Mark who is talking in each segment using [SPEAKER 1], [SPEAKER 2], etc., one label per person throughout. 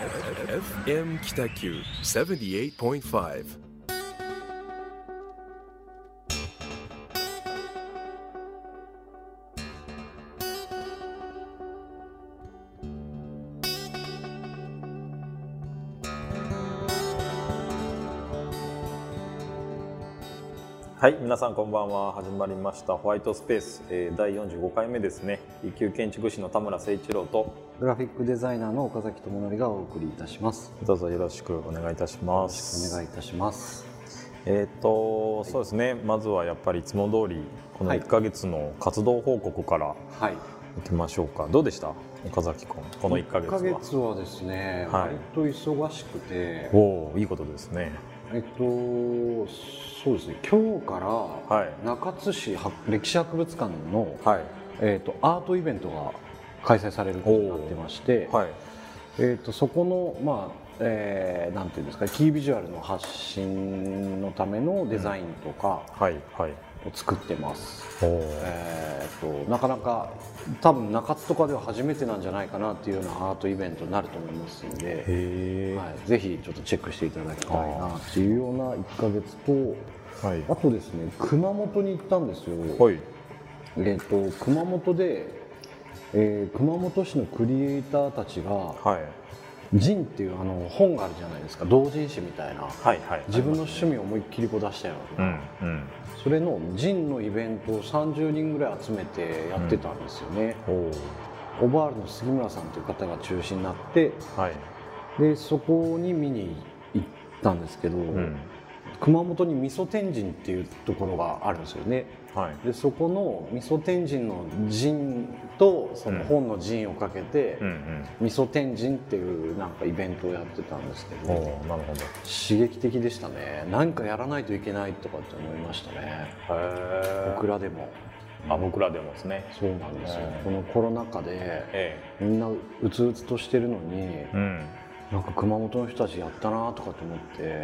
[SPEAKER 1] FM 北九78.5。
[SPEAKER 2] はい、皆さんこんばんは。始まりましたホワイトスペース、第45回目ですね。一級建築士の田村誠一郎と
[SPEAKER 3] グラフィックデザイナーの岡崎智則がお送りいたします。
[SPEAKER 2] どうぞよろしくお願いいたします。
[SPEAKER 3] お願いいたします。
[SPEAKER 2] そうですね。まずはやっぱりいつも通りこの1ヶ月の活動報告からいきましょうか。どうでした岡崎君、この1ヶ月は。
[SPEAKER 3] 1ヶ月はですね、割と忙しくて、
[SPEAKER 2] いいことですね。
[SPEAKER 3] そうですね、今日から中津市歴史博物館の、アートイベントが開催されることになってまして、そこの、なんていうんですか、キービジュアルの発信のためのデザインとかを作ってます。なかなか多分中津とかでは初めてなんじゃないかなっていうようなアートイベントになると思いますので、ぜひちょっとチェックしていただきたいなっていうような1ヶ月と、あとですね、熊本に行ったんですよ。熊本で、熊本市のクリエイターたちが、ジンっていう本があるじゃないですか、同人誌みたいな、自分の趣味を思いっきり出したような、それのジンのイベントを30人ぐらい集めてやってたんですよね。オバールの杉村さんという方が中心になって、でそこに見に行ったんですけど、熊本に味噌天神っていうところがあるんですよね。でそこの味噌天神の神とその本の神をかけて、味噌天神っていうなんかイベントをやってたんですけど、刺激的でしたね。何かやらないといけないとかって思いましたね。僕らでも。
[SPEAKER 2] 僕らでもですね。
[SPEAKER 3] そうなんですよ。このコロナ禍で、みんなうつうつとしてるのに、なんか熊本の人たちやったなとかと思って、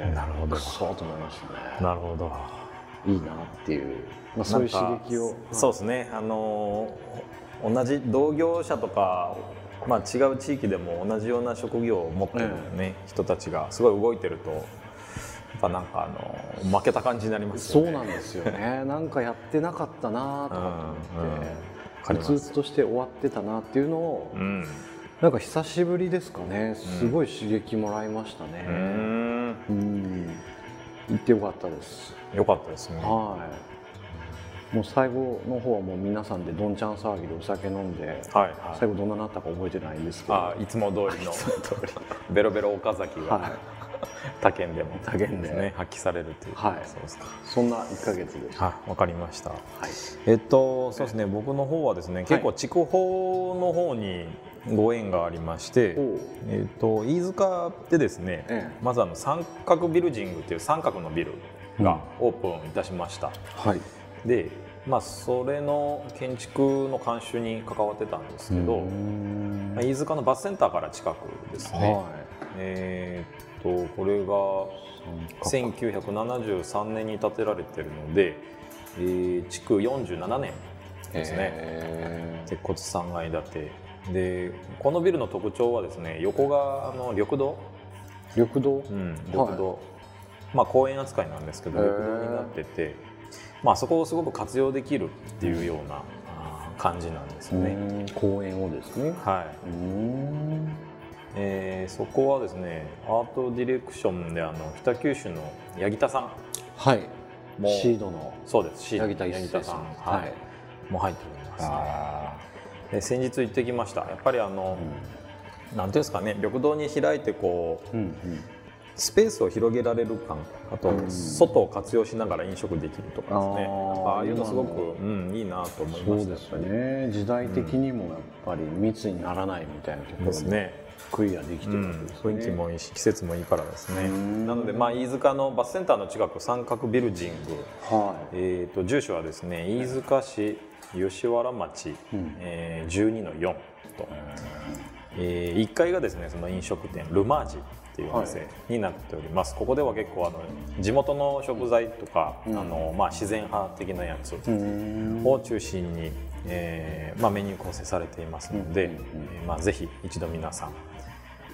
[SPEAKER 3] くそーと思いましたね。
[SPEAKER 2] なるほど。
[SPEAKER 3] いいなっていう、そういう刺激を。
[SPEAKER 2] そうですね。同じ同業者とか、違う地域でも同じような職業を持ってる人たちがすごい動いてると、やっぱなんか負けた感じになりますよね。
[SPEAKER 3] そうなんですよね。なんかやってなかったなとかと思って、うつうつとして終わってたなっていうのを。なんか久しぶりですかね。すごい刺激もらいましたね。行ってよかったです。
[SPEAKER 2] よかったですね。
[SPEAKER 3] もう最後の方はもう皆さんでどんちゃん騒ぎでお酒飲んで、最後どんななったか覚えてないんですけど、
[SPEAKER 2] いつも通りのベロベロ岡崎が他県でも発揮されるという。
[SPEAKER 3] そんな1ヶ月でした。
[SPEAKER 2] わかりました。そうですね。僕の方はですね、結構筑豊の方にご縁がありまして、飯塚でですね、まず三角ビルジングという三角のビルがオープンいたしました。で、それの建築の監修に関わってたんですけど、飯塚のバスセンターから近くですね。これが1973年に建てられているので、築47年ですね。鉄骨3階建てで、このビルの特徴はですね、横が緑道、公園扱いなんですけど緑道になってて、そこをすごく活用できるっていうような感じなんですよね。
[SPEAKER 3] 公園をですね。
[SPEAKER 2] そこはですね、アートディレクションで北九州の八木田さん、
[SPEAKER 3] シードの、
[SPEAKER 2] そうです、シードの
[SPEAKER 3] 八木田さん
[SPEAKER 2] も入っておりますね。先日行ってきました。やっぱりなんていうんですかね、緑道に開いてこう、スペースを広げられる感、あと外を活用しながら飲食できるとかですね、ああいうのすごくいいなと思いました。
[SPEAKER 3] そうですね。時代的にもやっぱり密にならないみたいなところですね。クリアできてるわけですね。
[SPEAKER 2] 雰囲気もいいし季節もいいからですね。なので飯塚のバスセンターの近く三角ビルジング、住所はですね、飯塚市吉原町、12-4と、1階がですね、その飲食店ルマージっていうお店になっております。ここでは結構地元の食材とか、自然派的なやつを中心に、メニュー構成されていますので、ぜひ一度皆さん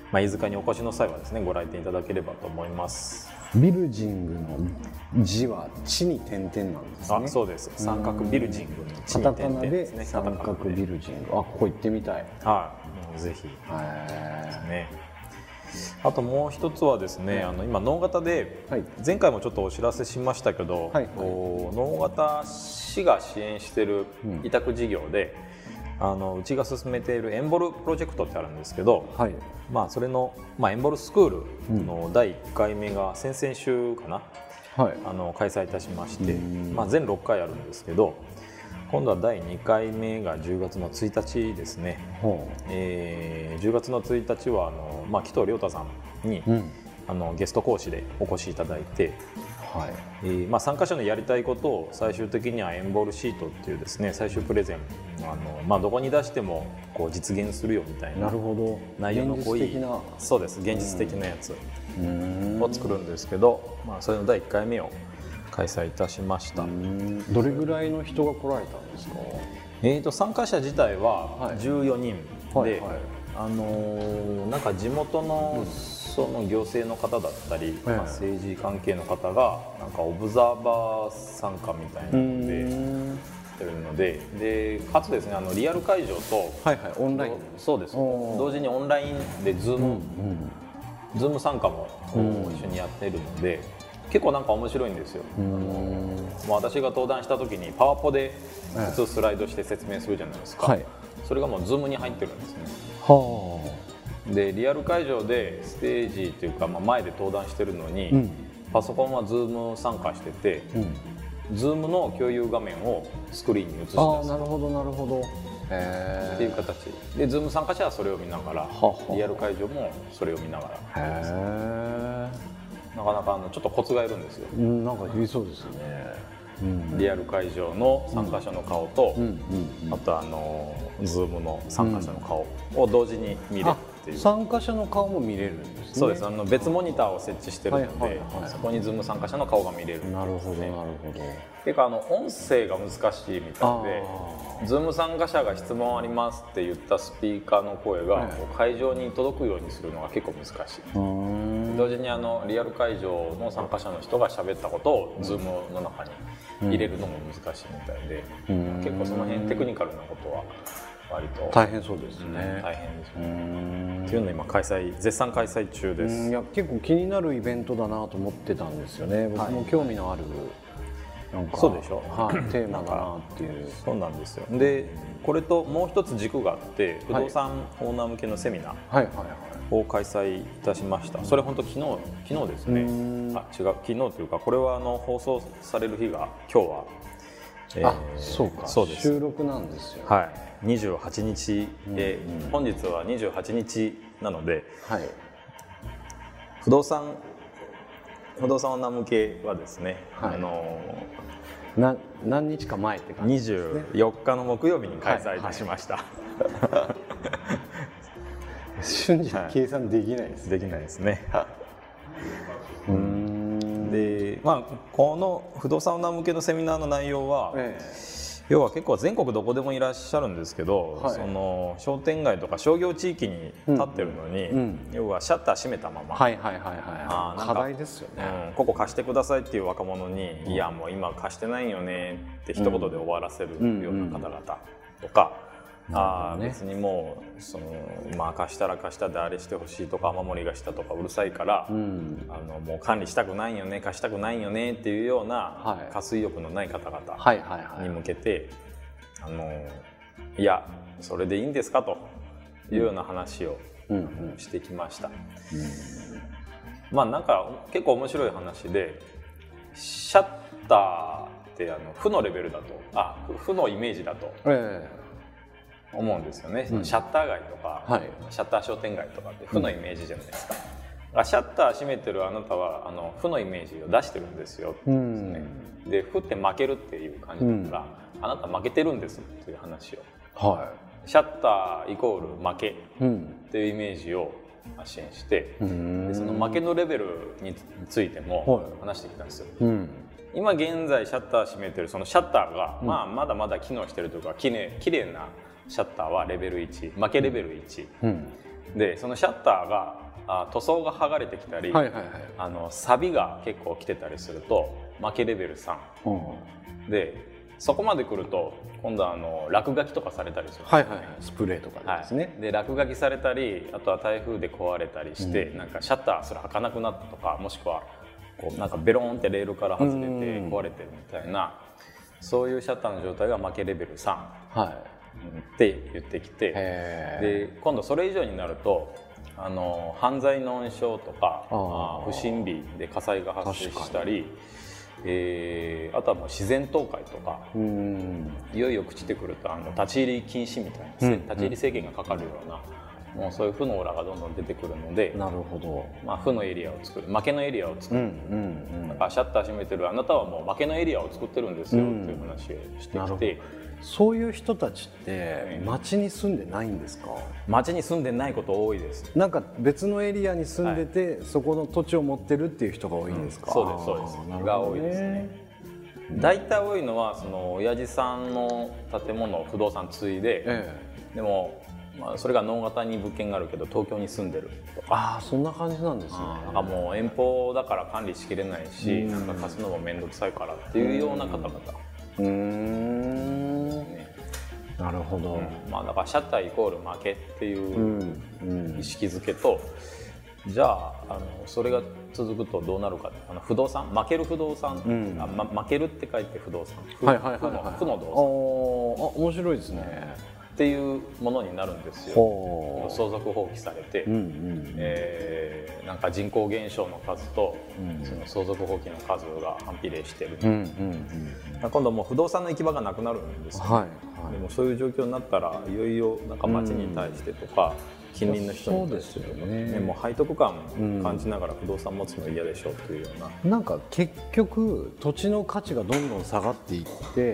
[SPEAKER 2] 飯塚にお越しの際はですねご来店いただければと思います。
[SPEAKER 3] ビルジングの字は地に点々なんですね。
[SPEAKER 2] そうです。三角ビルジングの地に点々ですね。
[SPEAKER 3] 三角ビルジング、ここ行ってみたい。
[SPEAKER 2] はい、もうぜひですね。あともう一つはですね、今能形で、前回もちょっとお知らせしましたけど、能形市が支援している委託事業で、うちが進めているエンボルプロジェクトってあるんですけど、それの、エンボルスクールの第1回目が先々週かな、開催いたしまして、全6回あるんですけど、今度は第2回目が10月の1日ですね。10月の1日は紀藤亮太さんに、ゲスト講師でお越しいただいて、参加者のやりたいことを最終的にはエンボールシートっていうですね最終プレゼンどこに出してもこう実現するよみたいな内容の濃いそうです現実的なやつを作るんですけど、それの第1回目を開催いたしました。
[SPEAKER 3] どれぐらいの人が来られたんですか？
[SPEAKER 2] 参加者自体は14人で、なんか地元のその行政の方だったり、政治関係の方がなんかオブザーバー参加みたいなのでやってるので、かつですねリアル会場と、
[SPEAKER 3] オンライン
[SPEAKER 2] そうです同時にオンラインでズーム参加も一緒にやっているので結構なんか面白いんですよ。私が登壇した時にパワポで普通スライドして説明するじゃないですか、それがもうズームに入ってるんですね。でリアル会場でステージというか、前で登壇してるのに、パソコンはズーム参加してて、ズームの共有画面をスクリーンに映し出す。
[SPEAKER 3] なるほどなるほど。
[SPEAKER 2] っていう形でズーム参加者はそれを見ながらリアル会場もそれを見ながらなかなかちょっとコツがいるんですよ。
[SPEAKER 3] なんかいいそうですね。
[SPEAKER 2] リアル会場の参加者の顔と、あとズームの参加者の顔を同時に見れるっていう。
[SPEAKER 3] 参加者の顔も見れるんですね。
[SPEAKER 2] そうです。別モニターを設置してるので、そこにズーム参加者の顔が見れるんですね。
[SPEAKER 3] なるほどなるほど。
[SPEAKER 2] 結構音声が難しいみたいで、ズーム参加者が質問ありますって言ったスピーカーの声が会場に届くようにするのが結構難しい。同時にリアル会場の参加者の人が喋ったことをズームの中に入れるのも難しいみたいで、結構その辺テクニカルなことは割と
[SPEAKER 3] 大変そうですね。
[SPEAKER 2] 大変ですね。っていうのを今絶賛開催中です。
[SPEAKER 3] いや結構気になるイベントだなと思ってたんですよね。僕も興味のあるなんか
[SPEAKER 2] そうでしょ、
[SPEAKER 3] テーマだなっていう。
[SPEAKER 2] そうなんですよ。でこれともう一つ軸があって不動産オーナー向けのセミナーを開催いたしました。それ本当昨日ですね。違う昨日というかこれは放送される日が今日は
[SPEAKER 3] そうか
[SPEAKER 2] そうです。
[SPEAKER 3] 収録なんですよ。
[SPEAKER 2] 28日で、本日は28日なので、不動産オーナー向けはですね、
[SPEAKER 3] 何日か前って感じですね。
[SPEAKER 2] 24日の木曜日に開催いたしました。
[SPEAKER 3] 瞬時に計算できないです。
[SPEAKER 2] できないですね。で、この不動産オーナー向けのセミナーの内容は、要は結構全国どこでもいらっしゃるんですけど、その商店街とか商業地域に立ってるのに、要はシャッター閉めたまま
[SPEAKER 3] 課題ですよね。
[SPEAKER 2] ここ貸してくださいっていう若者に、いやもう今貸してないよねって一言で終わらせるような方々とか、別にもう貸したら貸したであれしてほしいとか雨漏りがしたとかうるさいから、もう管理したくないよね貸したくないよねっていうような加水欲のない方々に向けていやそれでいいんですかというような話をしてきました。なんか結構面白い話でシャッターって負のレベルだと負のイメージだと。思うんですよね。シャッター街とか、シャッター商店街とかって負のイメージじゃないですか。シャッター閉めてるあなたは負のイメージを出してるんですよってですね。で負って負けるっていう感じだから、あなた負けてるんですっていう話を、シャッターイコール負けっていうイメージを発信して、でその負けのレベルについても話してきたんですよ。今現在シャッター閉めてるそのシャッターが、まだまだ機能してるというか綺麗なシャッターはレベル1負けレベル1、 でそのシャッターが塗装が剥がれてきたり、錆が結構来てたりすると負けレベル3、でそこまで来ると今度は落書きとかされたりする、
[SPEAKER 3] スプレーとかですね、
[SPEAKER 2] で落書きされたり、あとは台風で壊れたりして、なんかシャッターすら開かなくなったとか、もしくはこうなんかベローンってレールから外れて壊れてるみたいな、そういうシャッターの状態が負けレベル3、って言ってきて、で今度それ以上になると犯罪の温床とか不審火で火災が発生したり、あとはもう自然倒壊とか、いよいよ朽ちてくると立ち入り禁止みたいなですね、立ち入り制限がかかるような、もうそういう負のオーラがどんどん出てくるので、
[SPEAKER 3] なるほど、
[SPEAKER 2] 負のエリアを作る、負けのエリアを作る、だからシャッター閉めてるあなたはもう負けのエリアを作ってるんですよっていう話をしてきて。
[SPEAKER 3] そういう人たちって町に住んでないんですか？
[SPEAKER 2] 町に住んでないこと多いです。
[SPEAKER 3] なんか別のエリアに住んでて、そこの土地を持ってるっていう人が多いんですか？
[SPEAKER 2] そうですそうです、が多いですね。大体多いのはその親父さんの建物を不動産継いで、でもそれが農型に物件があるけど東京に住んでるとか、
[SPEAKER 3] そんな感じなんですね。
[SPEAKER 2] なんかもう遠方だから管理しきれないし、なんか貸すのも面倒くさいからっていうような方々。
[SPEAKER 3] なるほど、
[SPEAKER 2] だからシャッターイコール負けっていう意識づけと、じゃあそれが続くとどうなるか、不動産、負ける不動産、負けるって書いて不動産、負の動産、
[SPEAKER 3] 面白いですね
[SPEAKER 2] っていうものになるんですよ。相続放棄されて、なんか人口減少の数と、その相続放棄の数が反比例してる、今度もう不動産の行き場がなくなるんですよ、でもそういう状況になったらいよいよなんか町に対してとか、近隣の人に対してとかね、もう背徳感感じながら不動産持つの嫌でしょっていうような、
[SPEAKER 3] なんか結局土地の価値がどんどん下がっていって、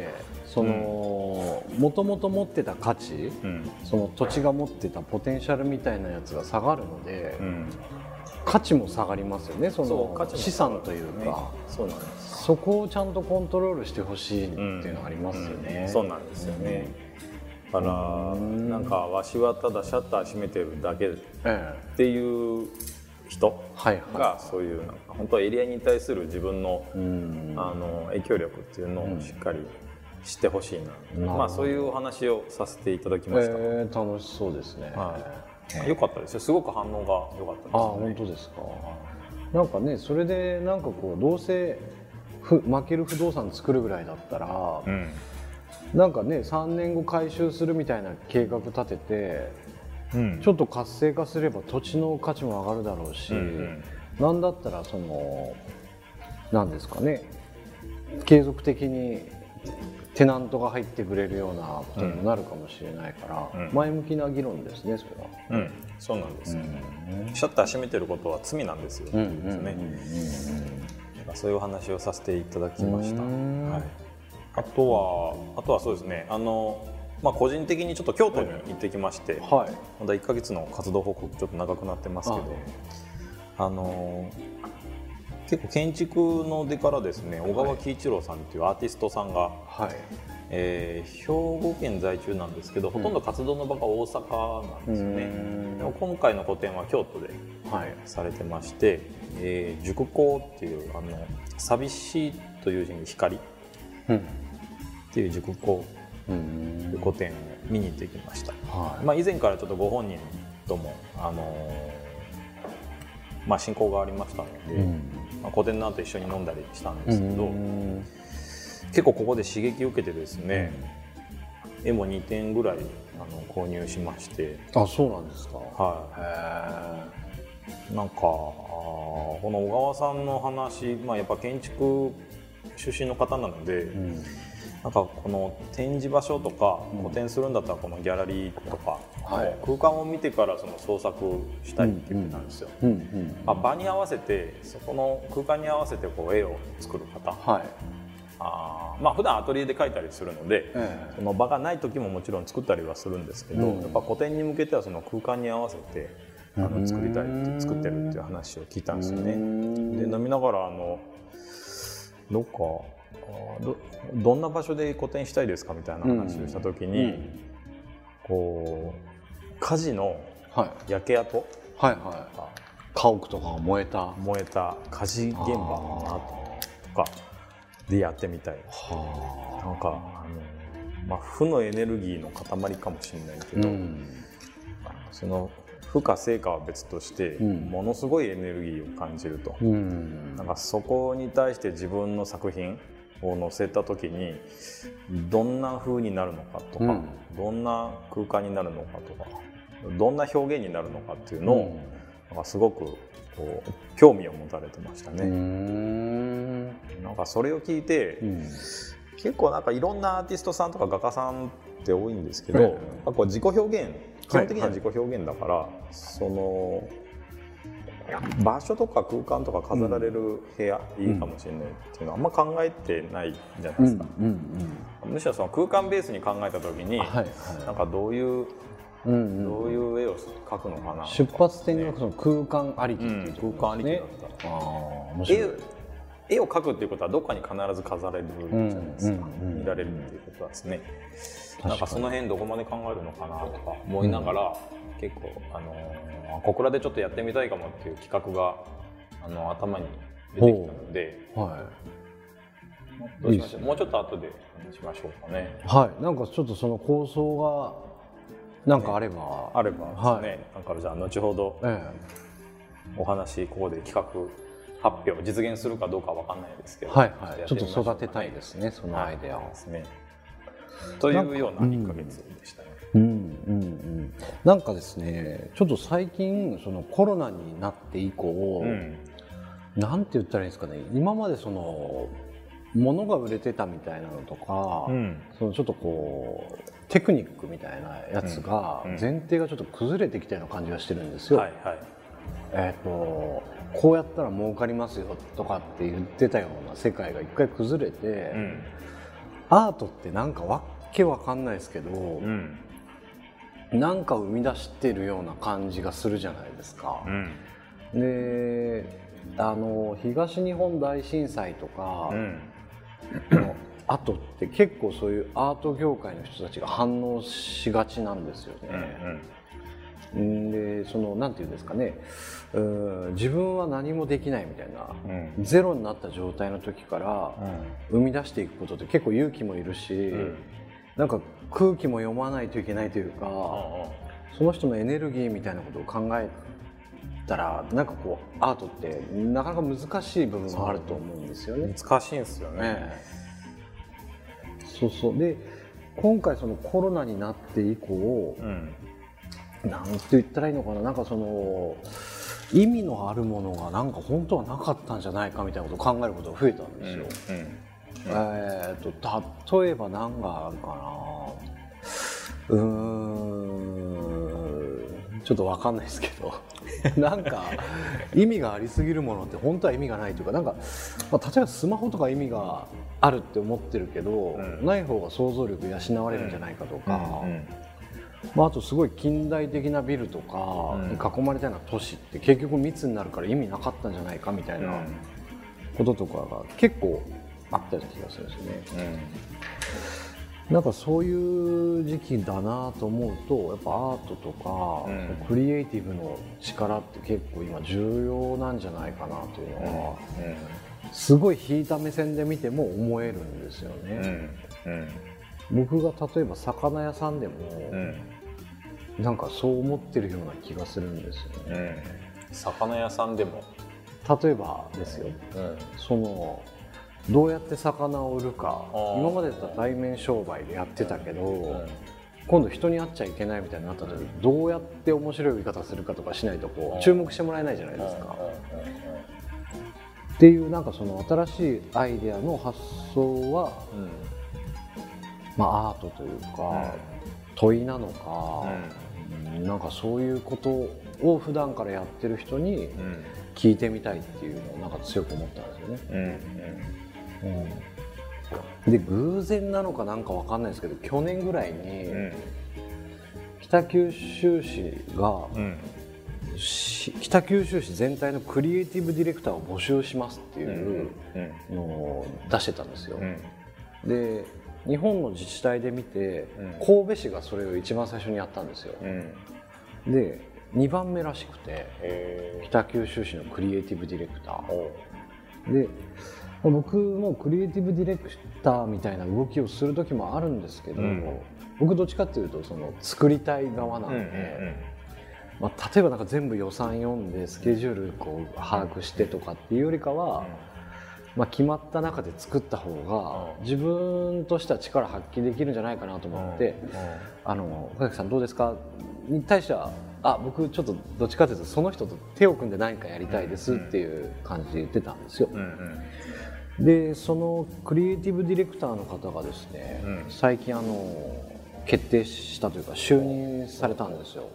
[SPEAKER 3] そのもともと持ってた価値、その土地が持ってたポテンシャルみたいなやつが下がるので、価値も下がりますよね、その資産というか。
[SPEAKER 2] そうなんです。
[SPEAKER 3] そこをちゃんとコントロールしてほしいっていうのがありますよね。
[SPEAKER 2] そうなんですよね。だからなんかわしはただシャッター閉めてるだけっていう人が、そういうなんか本当はエリアに対する自分の影響力っていうのをしっかり知ってほしいな、そういうお話をさせていただきました。
[SPEAKER 3] 楽しそうですね。
[SPEAKER 2] 良かったですよ。すごく反応が良かったですね。
[SPEAKER 3] 本当ですか。なんかね、それでなんかこうどうせ負ける不動産作るぐらいだったら、なんかね3年後回収するみたいな計画立てて、ちょっと活性化すれば土地の価値も上がるだろうし、なんだったらそのなんですかね、継続的にテナントが入ってくれるようなことにもなるかもしれないから、前向きな議論ですね、それは。
[SPEAKER 2] そうなんですよ。シャッター閉めてることは罪なんですよ。そういうお話をさせていただきました。あとはそうですね。個人的にちょっと京都に行ってきまして、まだ1ヶ月の活動報告ちょっと長くなってますけど、結構建築の出からですね、小川喜一郎さんっていうアーティストさんが、兵庫県在住なんですけど、ほとんど活動の場が大阪なんですよね。でも今回の個展は京都でされてまして、塾光っていう寂しいという字に光っていう塾光という個展を見に行ってきました。以前からちょっとご本人とも親交がありましたので、個展の後一緒に飲んだりしたんですけど、結構ここで刺激を受けてですね、絵も2点ぐらい購入しまして。
[SPEAKER 3] そうなんですか。
[SPEAKER 2] なんかこの小川さんの話、やっぱ建築出身の方なので、なんかこの展示場所とか個展するんだったらこのギャラリーとか、空間を見てからその創作したいって言ってたんですよ。場に合わせて、そこの空間に合わせてこう絵を作る方、普段アトリエで描いたりするので、その場がない時ももちろん作ったりはするんですけど、やっぱ個展に向けてはその空間に合わせて作りたいって作ってるっていう話を聞いたんですよね。で飲みながらどんな場所で個展したいですかみたいな話をした時に、こう火事の焼け跡、
[SPEAKER 3] はいはい、家屋とかが燃えた
[SPEAKER 2] 火事現場の跡とかでやってみたい。なんか負のエネルギーの塊かもしれないけど、その負か成果は別として、ものすごいエネルギーを感じると、なんかそこに対して自分の作品を載せた時にどんな風になるのかとか、どんな空間になるのかとか、どんな表現になるのかっていうのを、なんかすごくこう興味を持たれてましたね。なんかそれを聞いて、結構なんかいろんなアーティストさんとか画家さんって多いんですけど、こう自己表現、基本的には自己表現だから、その場所とか空間とか飾られる部屋、いいかもしれないっていうのはあんま考えてないじゃないですか。むしろその空間ベースに考えた時に、なんかどういう絵を描くのかな。
[SPEAKER 3] 出発点がその空間ありきっていう、
[SPEAKER 2] 空間ありきだったら、絵を描くっていうことはどっかに必ず飾られるじゃないですか。見られるっていうことはですね。なんかその辺どこまで考えるのかなとか思いながら、結構小倉でちょっとやってみたいかもっていう企画が頭に出てきたので、どうしましょう。もうちょっと後で話しましょうかね。
[SPEAKER 3] はい。なんかちょっとその構想がなんかあれば
[SPEAKER 2] ですね。だからじゃあ後ほどお話ここで企画発表実現するかどうかわかんないですけど、
[SPEAKER 3] ちょっと育てたいですね、そのアイデアを
[SPEAKER 2] ですね。というような1ヶ月でしたね。
[SPEAKER 3] なんかですね、ちょっと最近そのコロナになって以降、なんて言ったらいいんですかね、今までその物が売れてたみたいなのとか、そのちょっとこうテクニックみたいなやつが前提がちょっと崩れてきたような感じがしてるんですよ。こうやったら儲かりますよとかって言ってたような世界が一回崩れて、アートってなんかわけわかんないですけど、なんか生み出してるような感じがするじゃないですか。で、東日本大震災とかの後って結構そういうアート業界の人たちが反応しがちなんですよね。で、そのなんていうんですかね、自分は何もできないみたいな、ゼロになった状態の時から生み出していくことって結構勇気もいるし、なんか空気も読まないといけないというか、その人のエネルギーみたいなことを考えたら、なんかこうアートってなかなか難しい部分があると思うんですよね。
[SPEAKER 2] 難しいんですよね。
[SPEAKER 3] で、今回そのコロナになって以降、なんて言ったらいいのかな、なんかその意味のあるものがなんか本当はなかったんじゃないかみたいなことを考えることが増えたんですよ。例えば何があるかな、ちょっと分かんないですけどなんか意味がありすぎるものって本当は意味がないというか、なんか、例えばスマホとか意味があるって思ってるけど、ない方が想像力養われるんじゃないかとか、あとすごい近代的なビルとかに囲まれたような都市って結局密になるから意味なかったんじゃないかみたいなこととかが結構あったような気がするんですよね。なんかそういう時期だなと思うと、やっぱアートとか、クリエイティブの力って結構今重要なんじゃないかなというのは、すごい引いた目線で見ても思えるんですよね。僕が例えば魚屋さんでも、なんかそう思ってるような気がするんですよね。
[SPEAKER 2] 魚屋さんでも
[SPEAKER 3] 例えばですよ、そのどうやって魚を売るか、今までだったら対面商売でやってたけど、今度人に会っちゃいけないみたいになった時にどうやって面白い売り方するかとかしないとこう注目してもらえないじゃないですか。っていうなんかその新しいアイデアの発想は、アートというか、問いなのか、なんかそういうことを普段からやってる人に聞いてみたいっていうのをなんか強く思ったんですよね。で、偶然なのかなんかわかんないですけど、去年ぐらいに北九州市が、北九州市全体のクリエイティブディレクターを募集しますっていうのを出してたんですよ。で、日本の自治体で見て、神戸市がそれを一番最初にやったんですよ。で、 2番目らしくて、北九州市のクリエイティブディレクターで、僕もクリエイティブディレクターみたいな動きをする時もあるんですけど、僕どっちかっていうとその作りたい側なんで、例えばなんか全部予算読んでスケジュールこう把握してとかっていうよりかは、決まった中で作った方が自分としては力発揮できるんじゃないかなと思って、岡崎さんどうですかに対しては、僕ちょっとどっちかというとその人と手を組んで何かやりたいですっていう感じで言ってたんですよ。でそのクリエイティブディレクターの方がですね、最近決定したというか就任されたんですよ。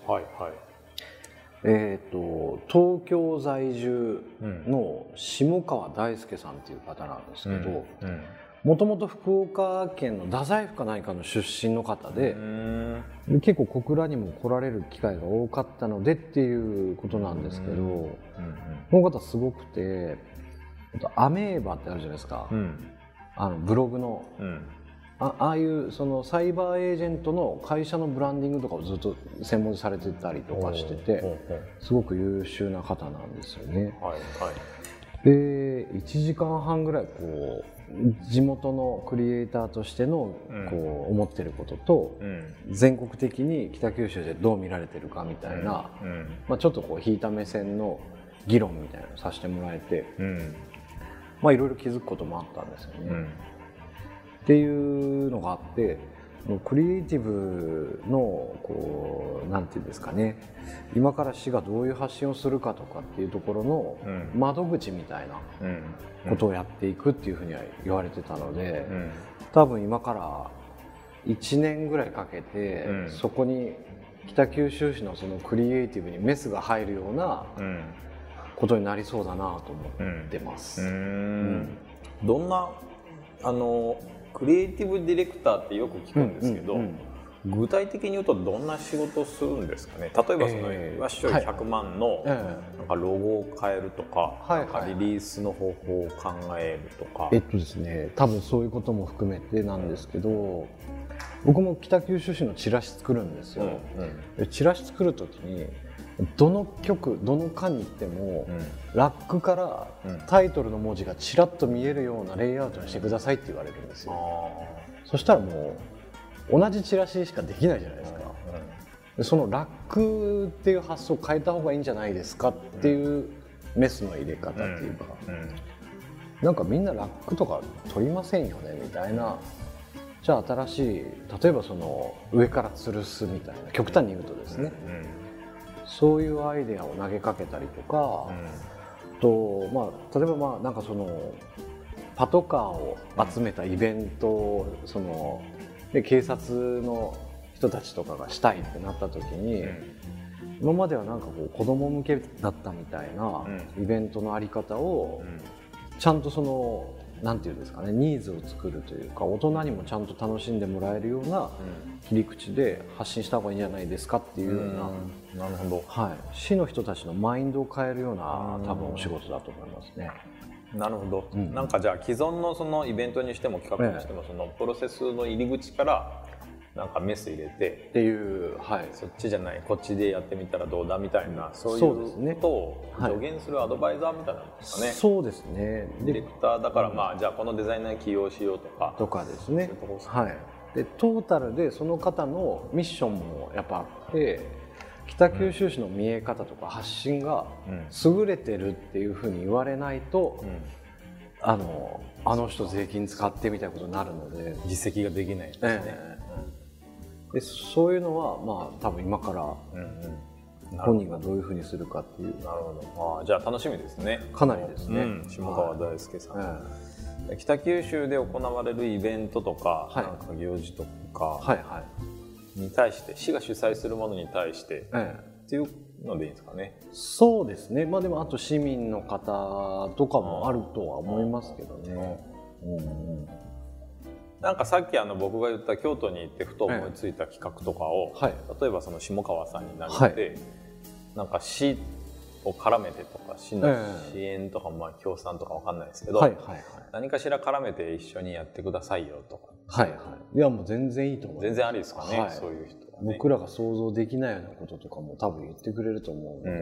[SPEAKER 3] 東京在住の下川大輔さんっていう方なんですけど、もともと福岡県の太宰府か何かの出身の方で、結構小倉にも来られる機会が多かったのでっていうことなんですけど、この方すごくて、アメーバってあるじゃないですか、ブログの。ああいうそのサイバーエージェントの会社のブランディングとかをずっと専門にされてたりとかしてて、すごく優秀な方なんですよね。で1時間半ぐらいこう地元のクリエイターとしてのこう思ってることと、全国的に北九州でどう見られてるかみたいな、ちょっとこう引いた目線の議論みたいなのをさせてもらえて、いろいろ気づくこともあったんですよね。っていうのがあって、クリエイティブのこうなんていうんですかね、今から市がどういう発信をするかとかっていうところの窓口みたいなことをやっていくっていうふうには言われてたので、多分今から1年ぐらいかけて、そこに北九州市のそのクリエイティブにメスが入るようなことになりそうだなと思ってます。
[SPEAKER 2] どんなクリエイティブディレクターってよく聞くんですけど、具体的に言うとどんな仕事をするんですかね。例えばそのわっしょい100万のなんかロゴを変えるとか、なんかリリースの方法を考えるとか。
[SPEAKER 3] ですね、多分そういうことも含めてなんですけど、僕も北九州市のチラシ作るんですよ。チラシ作る時にどの局どの課に行っても、ラックからタイトルの文字がちらっと見えるようなレイアウトにしてくださいって言われるんですよ。そしたらもう同じチラシしかできないじゃないですか。でそのラックっていう発想を変えた方がいいんじゃないですかっていうメスの入れ方っていうか、なんかみんなラックとか取りませんよねみたいな。じゃあ新しい、例えばその上から吊るすみたいな、極端に言うとですね、そういうアイデアを投げかけたりとか、と例えばなんかそのパトカーを集めたイベントをそので警察の人たちとかがしたいってなった時に、今まではなんかこう子供向けだったみたいなイベントのあり方をちゃんとそのなんていうんですかね、ニーズを作るというか、大人にもちゃんと楽しんでもらえるような切り口で発信した方がいいんじゃないですかっていうような、
[SPEAKER 2] なるほど、
[SPEAKER 3] 市の人たちのマインドを変えるような多分お仕事だと思いますね。
[SPEAKER 2] なるほど、なんかじゃあ既存のそのイベントにしても企画にしても、そのプロセスの入り口からなんかメス入れて
[SPEAKER 3] っていう、
[SPEAKER 2] そっちじゃないこっちでやってみたらどうだみたいな、そういうことを助言するアドバイザーみたいなのですかね。
[SPEAKER 3] そうですね。
[SPEAKER 2] ディレクターだから、じゃあこのデザイナー起用しようとか
[SPEAKER 3] ですね。でトータルでその方のミッションもやっぱあって、北九州市の見え方とか発信が優れてるっていうふうに言われないと、あの人税金使ってみたいなことになるので
[SPEAKER 2] 実績ができないですね。
[SPEAKER 3] でそういうのは多分今から本人がどういうふうにするかっていう。
[SPEAKER 2] なるほど。じゃあ楽しみですね。
[SPEAKER 3] かなりですね。
[SPEAKER 2] 下川大輔さん、北九州で行われるイベントとか、なんか行事とかに対して、市が主催するものに対してっていうのでいいんですかね。
[SPEAKER 3] そうですね。でもあと市民の方とかもあるとは思いますけどね。
[SPEAKER 2] なんかさっき僕が言った京都に行ってふと思いついた企画とかを、例えばその下川さんに投げて、なんか市を絡めてとか、市の支援とか協賛とかわかんないですけど、何かしら絡めて一緒にやってくださいよとか。
[SPEAKER 3] いやもう全然いいと思います。
[SPEAKER 2] 全然ありですかね、そういう人は。
[SPEAKER 3] 僕らが想像できないようなこととかも多分言ってくれると思うの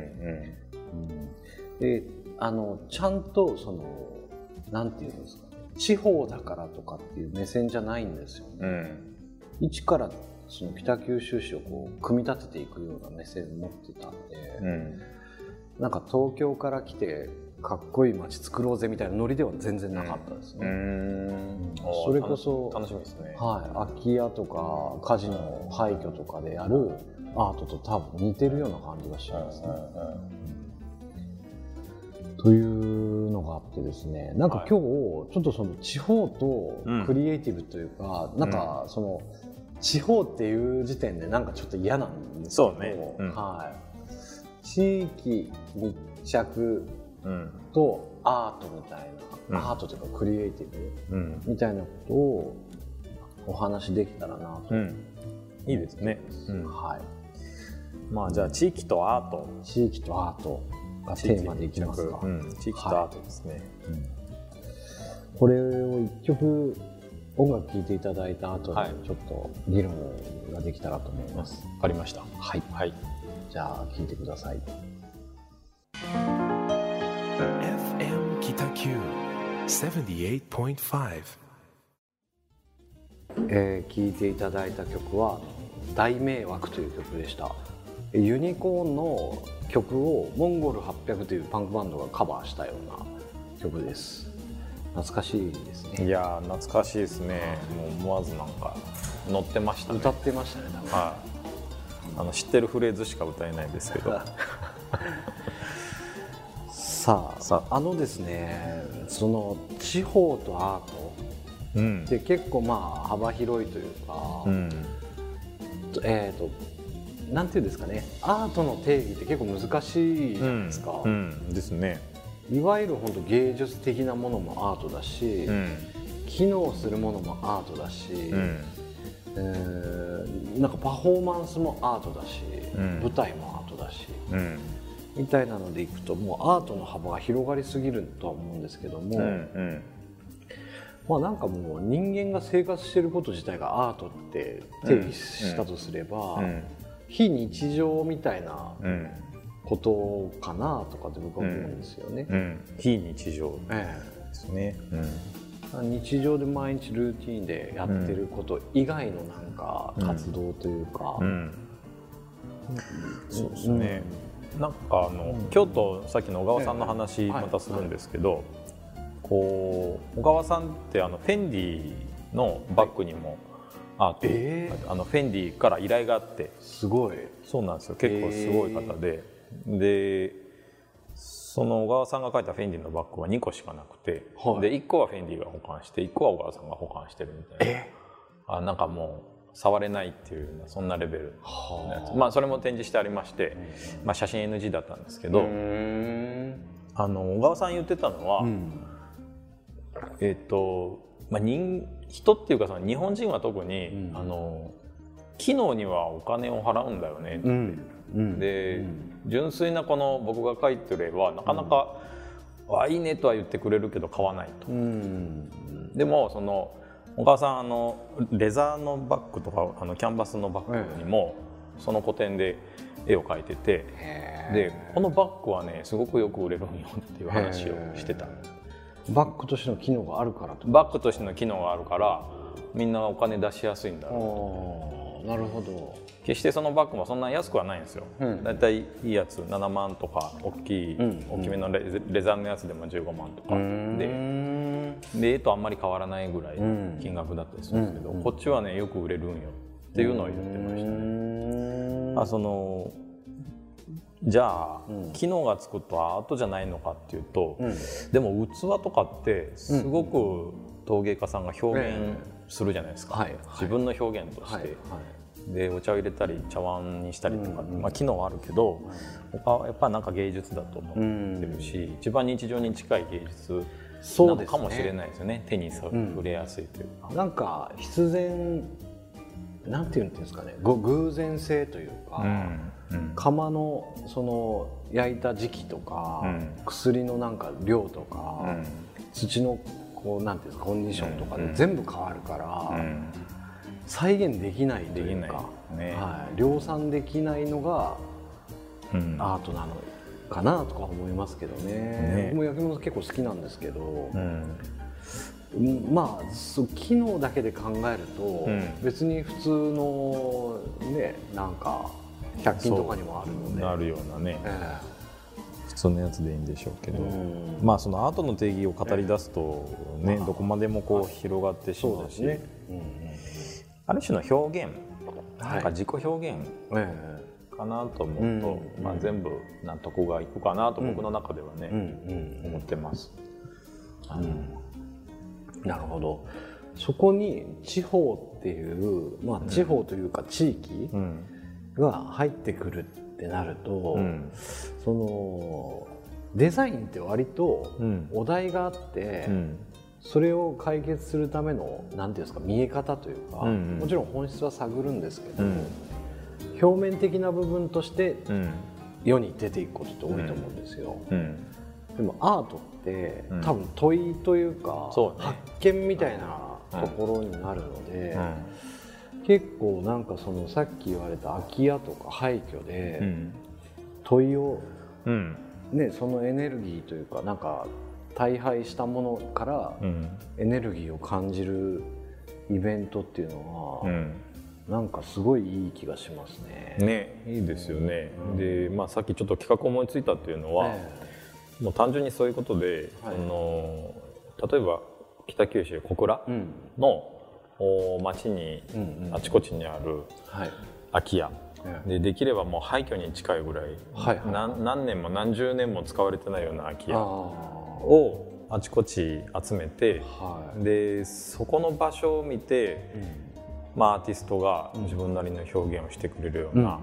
[SPEAKER 3] で、でちゃんとそのなんていうんですか、地方だからとかっていう目線じゃないんですよね。一からその北九州市をこう組み立てていくような目線を持ってたんで、なんか東京から来てかっこいい街作ろうぜみたいなノリでは全然なかったですね。それこそ
[SPEAKER 2] 楽しみですね。
[SPEAKER 3] 空き家とか火事の廃墟とかでやるアートと多分似てるような感じがしますね。というのがあってですね、なんか今日ちょっとその地方とクリエイティブというか、なんかその地方っていう時点でなんかちょっと嫌なんですけど、地域密着とアートみたいな、アートというかクリエイティブみたいなことをお話できたらなと、
[SPEAKER 2] いいですね。まあじゃあ地域とアートがテーマでいきますか。地域とアートですね。
[SPEAKER 3] これを一曲音楽聴いていただいた後にちょっと議論ができたらと思います。
[SPEAKER 2] わかりました。
[SPEAKER 3] はい。じゃあ聴いてください。
[SPEAKER 1] FM 北九 78.5。
[SPEAKER 3] 聴いていただいた曲は大迷惑という曲でした。ユニコーンの曲をモンゴル800というパンクバンドがカバーしたような曲です。懐かしいですね。
[SPEAKER 2] いや懐かしいですね。もう思わずなんか乗ってましたね。
[SPEAKER 3] 歌ってましたね。
[SPEAKER 2] 知ってるフレーズしか歌えないですけど
[SPEAKER 3] さあですね、その地方とアートで結構まあ幅広いというか、なんていうんですかね、アートの定義って結構難しいじゃないですか。
[SPEAKER 2] ですね。
[SPEAKER 3] いわゆる本当芸術的なものもアートだし、機能するものもアートだし、なんかパフォーマンスもアートだし、舞台もアートだし、みたいなのでいくともうアートの幅が広がりすぎるとは思うんですけども、まあなんかもう人間が生活していること自体がアートって定義したとすれば、非日常みたいなことかなとかって僕は思うんですよね。
[SPEAKER 2] 非日常ですね。
[SPEAKER 3] 日常で毎日ルーティーンでやってること以外のなんか活動というか、
[SPEAKER 2] そうですね。なんか京都、さっきの小川さんの話またするんですけど、こう小川さんってフェンディのバッグにもアート、フェンディから依頼があって、
[SPEAKER 3] すごい。
[SPEAKER 2] そうなんですよ。結構すごい方で、その小川さんが描いたフェンディのバッグは2個しかなくて、で1個はフェンディが保管して1個は小川さんが保管してるみたいな、なんかもう触れないっていうようなそんなレベルのやつ、まあそれも展示してありまして、まあ写真 NG だったんですけど、小川さん言ってたのは、まあ人っていうかその日本人は特に、機能にはお金を払うんだよねって、で純粋なこの僕が描いてる絵はなかなか「いいね」とは言ってくれるけど買わないと。でもその小川さんレザーのバッグとかキャンバスのバッグにもその個展で絵を描いてて、でこのバッグはねすごくよく売れるんよっていう話をしてた。
[SPEAKER 3] バッグとしての機能があるからと。
[SPEAKER 2] バッグとしての機能があるからみんなお金出しやすいんだろうと。
[SPEAKER 3] なるほど。
[SPEAKER 2] 決してそのバッグもそんな安くはないんですよ。だいたいいいやつ7万とか大きめのレザーのやつでも15万とかで絵とあんまり変わらないぐらい金額だったりするんですけど、こっちはねよく売れるんよっていうのを言ってましたね。じゃあ、機能がつくとアートじゃないのかっていうと、でも器とかってすごく陶芸家さんが表現するじゃないですか、自分の表現として、でお茶を入れたり茶碗にしたりとか、まあ、機能はあるけど他はやっぱなんか芸術だと思ってるし、一番日常に近い芸術なのかもしれないですよね。手に触れやすいというか、
[SPEAKER 3] なんか必然なんていうんですかね、偶然性というか、窯のその焼いた時期とか、薬のなんか量とか、土のこうなんていうんですかコンディションとかで全部変わるから、再現できないというか、
[SPEAKER 2] ね、
[SPEAKER 3] はい、量産できないのがアートなのかなとか思いますけどね。僕も焼き物結構好きなんですけど、まあ機能だけで考えると、別に普通のねなんか100均とかにもあるので
[SPEAKER 2] なるようなね、普通のやつでいいんでしょうけど、まあそのアートの定義を語り出すとね、どこまでもこう広がってしまうし、ある種の表現、なんか自己表現かなと思うと、まあ全部納得がいくかなと僕の中ではね思ってます。
[SPEAKER 3] なるほど。そこに地方っていう、まあ地方というか地域が入ってくるってなると、そのデザインって割とお題があって、それを解決するための何ていうんですか、見え方というか、もちろん本質は探るんですけど、表面的な部分として世に出ていくことって多いと思うんですよ。でもアートって多分問いというか、発見みたいなところになるので、結構なんかそのさっき言われた空き家とか廃墟で問いを、ね、そのエネルギーというかなんか大敗したものからエネルギーを感じるイベントっていうのは、なんかすごいいい気がしますね。
[SPEAKER 2] ね、いいですよね。で、まあさっきちょっと企画思いついたっていうのは、もう単純にそういうことで、例えば北九州小倉の町にあちこちにある空き家できればもう廃墟に近いぐらい、何年も何十年も使われてないような空き家をあちこち集めて、でそこの場所を見て、まあ、アーティストが自分なりの表現をしてくれるような、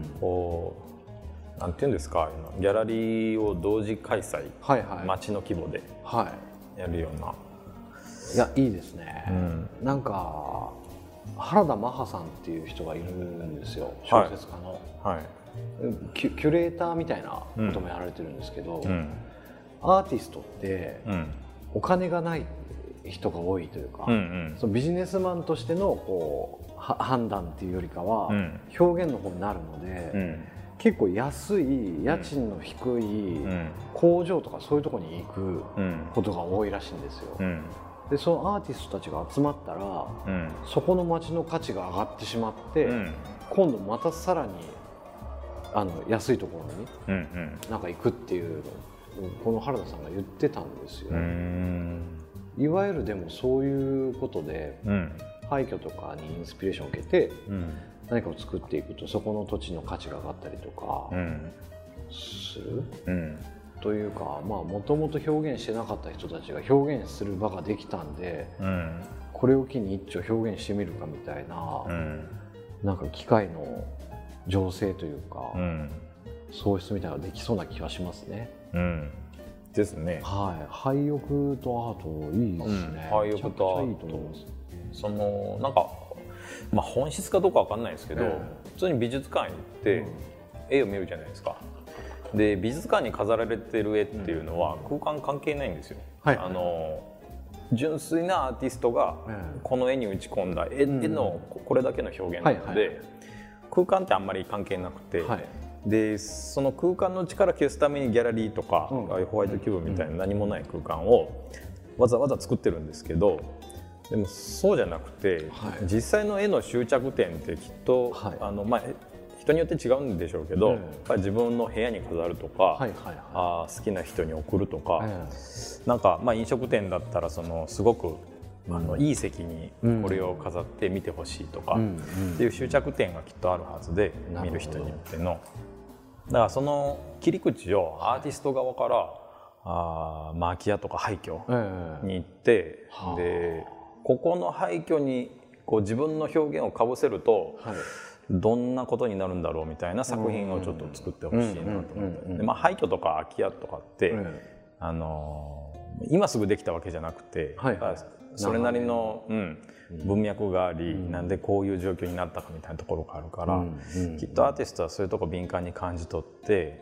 [SPEAKER 2] なんていうんですか、ギャラリーを同時開催、街の規模でやるような。
[SPEAKER 3] いや、いいですね。なんか原田マハさんっていう人がいるんですよ、小説家の。キュレーターみたいなこともやられてるんですけど、アーティストってお金がない人が多いというか、そのビジネスマンとしてのこう判断っていうよりかは表現の方になるので、結構安い家賃の低い工場とかそういうところに行くことが多いらしいんですよ。でそのアーティストたちが集まったら、そこの街の価値が上がってしまって、今度またさらに安いところになんか行くっていうのをこの原田さんが言ってたんですよ。いわゆるでもそういうことで、廃墟とかにインスピレーションを受けて、何かを作っていくとそこの土地の価値が上がったりとかする、というか、まあもともと表現してなかった人たちが表現する場ができたんで、これを機に一丁表現してみるかみたいな、なんか機械の情勢というか、喪失みたいなのができそうな気がしますね。
[SPEAKER 2] ですね。
[SPEAKER 3] 廃屋とアートいいですね。
[SPEAKER 2] 廃屋とアート、そのなんか、まあ、本質かどうかわかんないですけど、普通に美術館に行って絵を見るじゃないですか。で美術館に飾られてる絵っていうのは空間関係ないんですよ。純粋なアーティストがこの絵に打ち込んだ絵のこれだけの表現なので、空間ってあんまり関係なくて、でその空間の力を消すためにギャラリーとかホワイトキューブみたいな何もない空間をわざわざ作ってるんですけど、でもそうじゃなくて、実際の絵の終着点ってきっと、まあ人によって違うんでしょうけど、やっぱり自分の部屋に飾るとか、好きな人に送るとか、なんかまあ飲食店だったらそのすごくいい席にこれを飾って見てほしいとかっていう終着点がきっとあるはずで、見る人によっての。だからその切り口をアーティスト側から空き家とか廃墟に行って、でここの廃墟にこう自分の表現をかぶせるとどんなことになるんだろうみたいな作品をちょっと作ってほしいなと思って、廃墟とか空き家とかって今すぐできたわけじゃなくて、それなりの文脈があり、なんでこういう状況になったかみたいなところがあるから、きっとアーティストはそういうとこ敏感に感じ取って、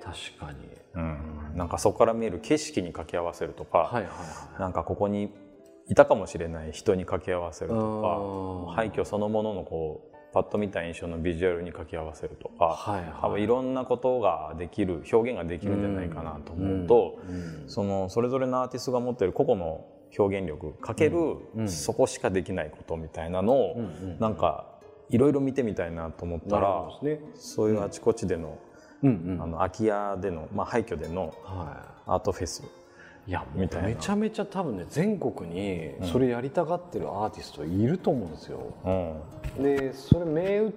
[SPEAKER 3] 確かに、
[SPEAKER 2] なんかそこから見える景色に掛け合わせるとか、なんかここにいたかもしれない人に掛け合わせるとか、廃墟そのもののこうパッと見た印象のビジュアルに掛け合わせるとか、多分いろんなことができる、表現ができるんじゃないかなと思うと、それぞれのアーティストが持っている個々の表現力かける、そこしかできないことみたいなのを、なんかいろいろ見てみたいなと思ったら、そういうあちこちでの、空き家での、廃墟でのアートフェス、
[SPEAKER 3] いやめちゃめちゃ多分ね、全国にそれやりたがってるアーティストいると思うんですよ。でそれ銘打って、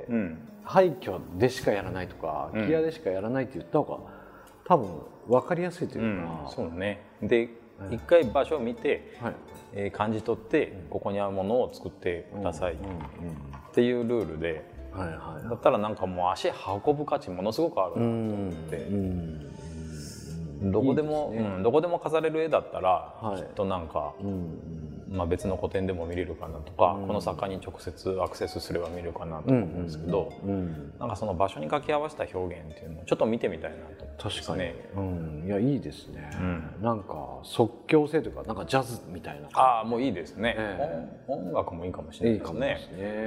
[SPEAKER 3] 廃墟でしかやらないとか空き家でしかやらないって言った方が多分分かりやすいというか、
[SPEAKER 2] そうね。で一回場所を見て、感じ取ってここに合うものを作ってくださいっていうルールで、だったらなんかもう足運ぶ価値ものすごくあるなと思って。どこでも飾れる絵だったら、きっとなんか、別の個展でも見れるかなとか、この作家に直接アクセスすれば見れるかなと思うんですけど、なんかその場所に掛け合わせた表現っていうのをちょっと見てみたいなと思ってますね。
[SPEAKER 3] 確かに、いやいいですね。なんか即興性というか、なんかジャズみたいな。
[SPEAKER 2] ああ、もういいですね。音楽もいいかもしれないですね。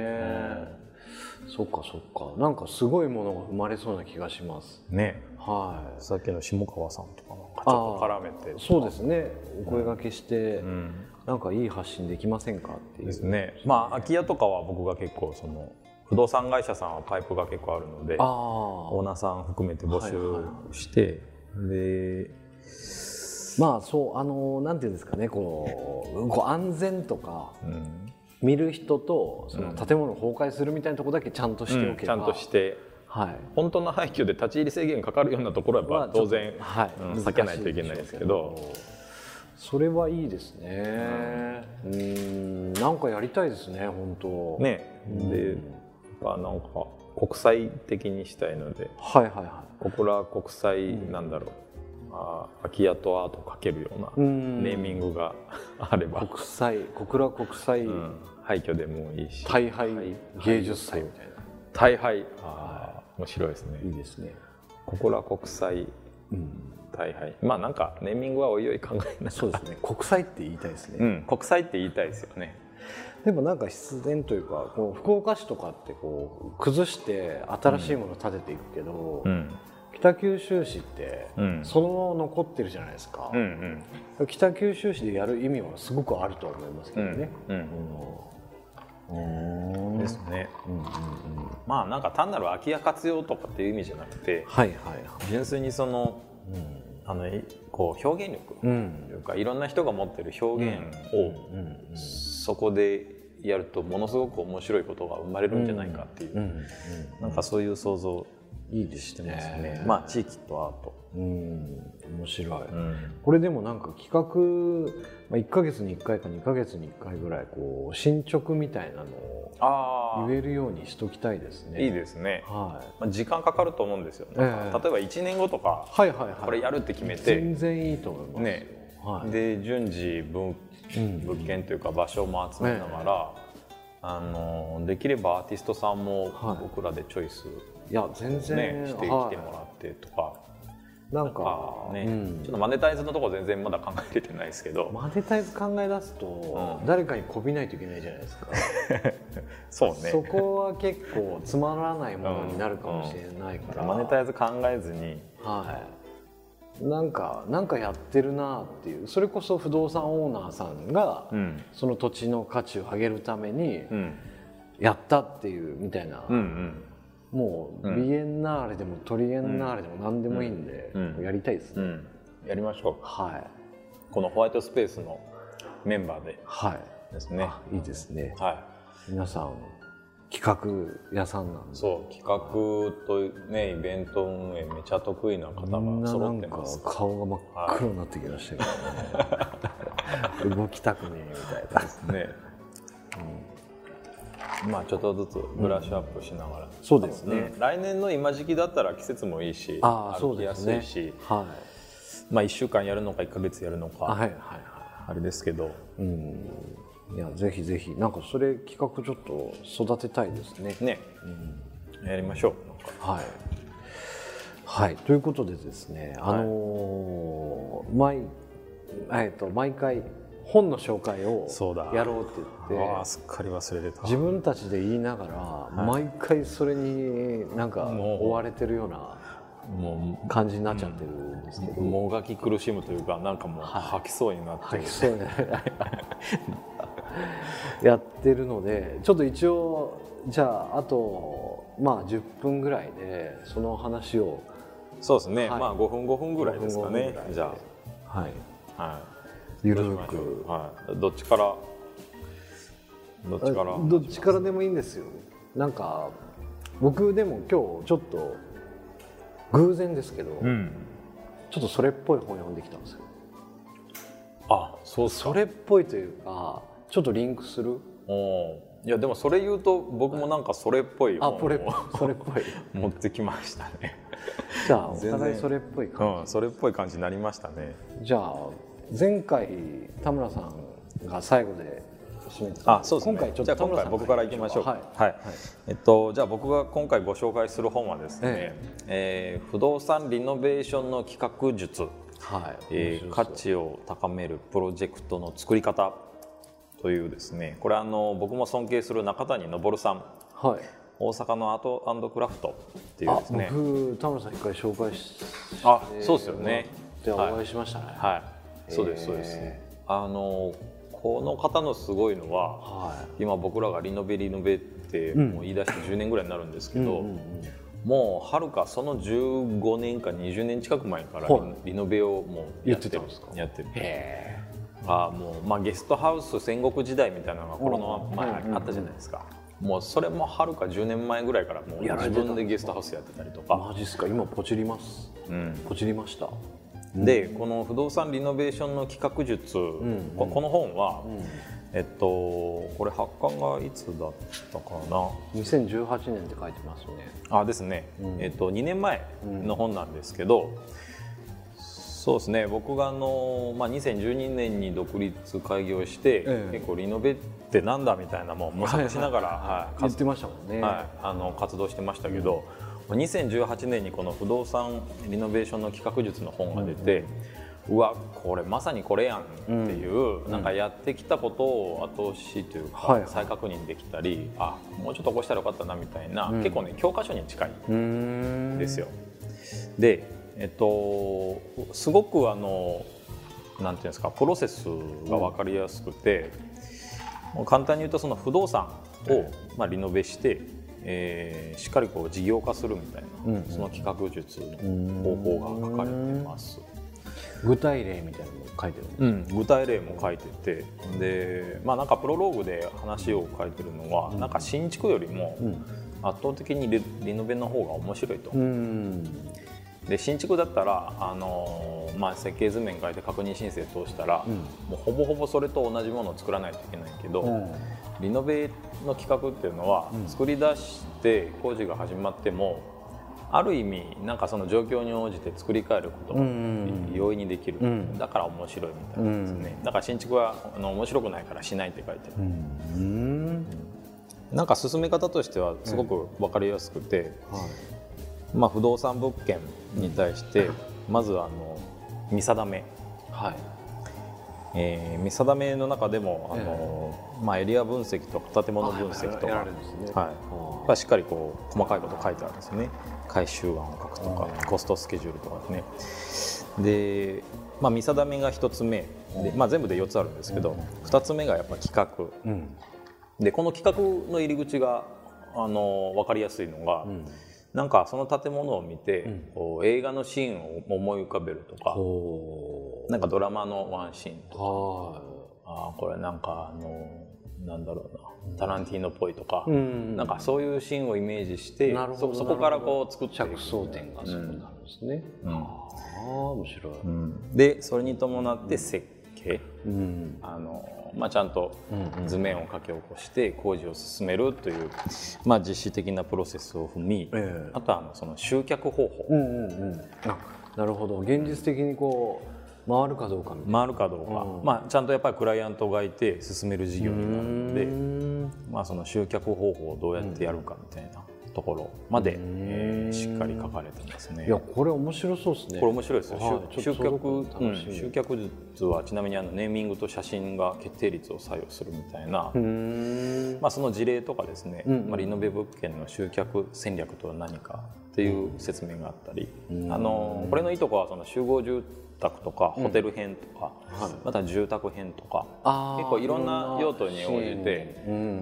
[SPEAKER 3] そっかそっか、なんかすごいものが生まれそうな気がします
[SPEAKER 2] ね。さっきの下川さんとかなんかちょっと絡めて、
[SPEAKER 3] そうですね、お声掛けして、なんかいい発信できませんかっていう
[SPEAKER 2] ですね。空き家とかは僕が結構その不動産会社さんはパイプが結構あるので、オーナーさん含めて募集して、で
[SPEAKER 3] そうなんていうんですかね、こう安全とか、見る人とその建物崩壊するみたいなところだけちゃんとしておけば、
[SPEAKER 2] ちゃんとして、本当の廃墟で立ち入り制限かかるようなところはやっぱ当然避けないといけないですけど、
[SPEAKER 3] それはいいですね。なんかやりたいですね、本当
[SPEAKER 2] ね。でなんか国際的にしたいので、小倉国際なんだろう、空き家とアートをかけるようなネーミングがあれば、
[SPEAKER 3] 小倉国際
[SPEAKER 2] 廃墟でもいいし、
[SPEAKER 3] 大廃芸術祭みたいな。
[SPEAKER 2] 大廃、面白いですね。
[SPEAKER 3] いいですね。
[SPEAKER 2] 小倉国際大廃、なんかネーミングはおいおい考えない。
[SPEAKER 3] そうですね。国際って言いたいですね。
[SPEAKER 2] 国際って言いたいですよね。
[SPEAKER 3] でもなんか必然というか、こう福岡市とかってこう崩して新しいものを建てていくけど、北九州市ってそのまま残ってるじゃないですか。北九州市でやる意味はすごくあると思いますけどね。
[SPEAKER 2] ですね。なんか単なる空き家活用とかっていう意味じゃなくて、純粋にそのこう表現力というか、いろんな人が持ってる表現をそこでやるとものすごく面白いことが生まれるんじゃないかっていう、なんかそういう想像
[SPEAKER 3] いいですね。
[SPEAKER 2] 地域とアート。
[SPEAKER 3] 面白い。これでもなんか企画、1ヶ月に1回か2ヶ月に1回ぐらいこう進捗みたいなのを言えるようにしときたいですね。
[SPEAKER 2] いいですね。時間かかると思うんですよ。例えば1年後とかこれやるって決めて、
[SPEAKER 3] 全然いいと思います。
[SPEAKER 2] で順次物件というか場所も集めながら、できればアーティストさんも僕らでチョイス
[SPEAKER 3] 全然
[SPEAKER 2] してきてもらってとか、
[SPEAKER 3] なんか
[SPEAKER 2] ね、ちょっとマネタイズのところ全然まだ考えれてないですけど、
[SPEAKER 3] マネタイズ考え出すと誰かにこびないといけないじゃないですか。
[SPEAKER 2] そうね。
[SPEAKER 3] そこは結構つまらないものになるかもしれないから、
[SPEAKER 2] マネタイズ考えずに、
[SPEAKER 3] なんかやってるなっていう、それこそ不動産オーナーさんがその土地の価値を上げるためにやったっていうみたいな。もうビエンナーレでもトリエンナーレでも何でもいいんでやりたいですね。
[SPEAKER 2] やりましょう。このホワイトスペースのメンバーでですね。
[SPEAKER 3] いいですね。皆さん企画屋さんなんで。
[SPEAKER 2] そう、企画とね、イベント運営めちゃ得意な方が揃ってます。
[SPEAKER 3] なんか顔が真っ黒になってきましたけどね。動きたくねえみたいなですね。
[SPEAKER 2] ちょっとずつブラッシュアップしながら、
[SPEAKER 3] そうですね。
[SPEAKER 2] 来年の今時期だったら季節もいいし、歩きやすいし、1週間やるのか1ヶ月やるのかあれですけど、
[SPEAKER 3] いやぜひぜひなんかそれ企画ちょっと育てたいですね。
[SPEAKER 2] やりましょう。
[SPEAKER 3] ということでですね、毎回本の紹介をやろうって言って、
[SPEAKER 2] すっかり忘れてた。
[SPEAKER 3] 自分たちで言いながら、毎回それになんか追われてるような感じになっちゃってるんですけど、
[SPEAKER 2] もがき苦しむというか、なんかもう吐きそうになって、
[SPEAKER 3] やってるので、ちょっと一応じゃああと10分ぐらいでその話を。
[SPEAKER 2] そうですね、5分ぐらいですかね。じゃあ
[SPEAKER 3] ゆるく、
[SPEAKER 2] どっちから
[SPEAKER 3] でもいいんですよ。なんか僕でも今日ちょっと偶然ですけど、ちょっとそれっぽい本読んできたんですよ。それっぽいというか、ちょっとリンクする。
[SPEAKER 2] いやでもそれ言うと僕もなんかそれっぽい本を
[SPEAKER 3] それっぽい
[SPEAKER 2] 持ってきましたね。
[SPEAKER 3] じゃあお互いそれっぽい感じ、
[SPEAKER 2] それっぽい感じになりましたね。
[SPEAKER 3] じゃあ前回田村さんが最後で締めてた。
[SPEAKER 2] そうですね。じゃあ今回僕からいきましょう。じゃあ僕が今回ご紹介する本はですね、不動産リノベーションの企画術、価値を高めるプロジェクトの作り方というですね、これ僕も尊敬する中谷昇さん、大阪のアート&クラフトっていうですね。
[SPEAKER 3] 僕田村さん一回紹介して
[SPEAKER 2] そうですよね。
[SPEAKER 3] じゃあお会いしましたね。
[SPEAKER 2] そうですそうです。この方のすごいのは、今僕らがリノベってもう言い出して10年ぐらいになるんですけど、もうはるかその15年か20年近く前からリノベをもうやってる。もうゲストハウス戦国時代みたいなのがコロナ前あったじゃないですか。もうそれもはるか10年前ぐらいからもう自分でゲストハウスやってたりとか。
[SPEAKER 3] マジっすか。今ポチります。ポチりました。
[SPEAKER 2] でこの不動産リノベーションの企画術、この本は、これ発刊がいつだったかな。
[SPEAKER 3] 2018年って書いてますね。
[SPEAKER 2] ですね。2年前の本なんですけど、そうですね。僕が2012年に独立開業して、結構リノベってなんだみたいなもん模索しながら
[SPEAKER 3] 言ってましたもんね。
[SPEAKER 2] 活動してましたけど、2018年にこの不動産リノベーションの企画術の本が出て、うわこれまさにこれやんっていう、なんかやってきたことを後押しというか、再確認できたり、もうちょっとこうしたらよかったなみたいな、結構ね教科書に近いんですよ。で、すごくなんていうんですか、プロセスが分かりやすくて、簡単に言うとその不動産をリノベしてしっかりこう事業化するみたいな、その企画術の方法が書かれています。
[SPEAKER 3] 具体例みたいなのも書いてるんですか？
[SPEAKER 2] 具体例も書いてて、でなんかプロローグで話を書いてるのは、なんか新築よりも圧倒的にリノベの方が面白いと。で新築だったら設計図面書いて確認申請通したら、もうほぼほぼそれと同じものを作らないといけないけど、リノベの企画っていうのは、作り出して工事が始まってもある意味なんかその状況に応じて作り変えることが容易にできる、だから面白いみたいなんですね。だから新築は面白くないからしないって書いてある。なんか進め方としてはすごく分かりやすくて、不動産物件に対してまず見定め、見定めの中でもエリア分析とか建物分析とかしっかりこう細かいこと書いてあるんですよね。回収案を書くとかコストスケジュールとかですね。で、見定めが1つ目で、全部で4つあるんですけど、2つ目がやっぱ企画、でこの企画の入り口が分かりやすいのが、なんかその建物を見て、映画のシーンを思い浮かべるとか、なんかドラマのワンシーンとか、これなんかなんだろうな、タランティーノっぽいとか、なんかそういうシーンをイメージして、そこからこう作っていく。
[SPEAKER 3] 着想点がそこになるんですね。面白い。
[SPEAKER 2] でそれに伴って設計、ちゃんと図面を書き起こして工事を進めるという、実施的なプロセスを踏み、あとはその集客方法。
[SPEAKER 3] なるほど。現実的にこう回るかどうかみたいな。
[SPEAKER 2] 回るかどうか、ちゃんとやっぱりクライアントがいて進める事業になるので、その集客方法をどうやってやるかみたいなところまで、しっかり書かれてますね。
[SPEAKER 3] いやこれ面白そうですね。
[SPEAKER 2] これ面白いですよ。集客術はちなみにネーミングと写真が決定率を左右するみたいな、その事例とかですね、リノベ物件の集客戦略とは何かっていう説明があったり、これのいいとこはその集合住宅とかホテル編とか、また住宅編とか、結構いろんな用途に応じて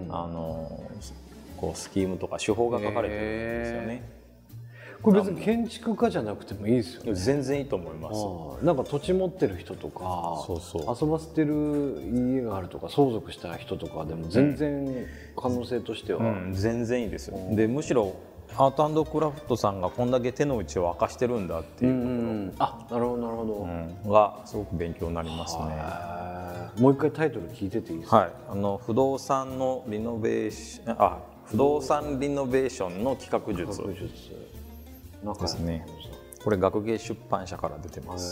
[SPEAKER 2] こうスキームとか手法が書かれてるんですよね。
[SPEAKER 3] これ別に建築家じゃなくてもいいですよね。
[SPEAKER 2] 全然いいと思います。
[SPEAKER 3] なんか土地持ってる人とか遊ばせてる家があるとか相続した人とかでも全然可能性としては、
[SPEAKER 2] 全然いいですよ。でむしろアート&クラフトさんがこんだけ手の内を明かしてるんだっていうところ、
[SPEAKER 3] なるほどなるほ
[SPEAKER 2] ど、がすごく勉強になりますね。
[SPEAKER 3] もう一回タイトル聞いてていいですか？
[SPEAKER 2] はい、不動産リノベーションの企画術ですね。これ学芸出版社から出てます。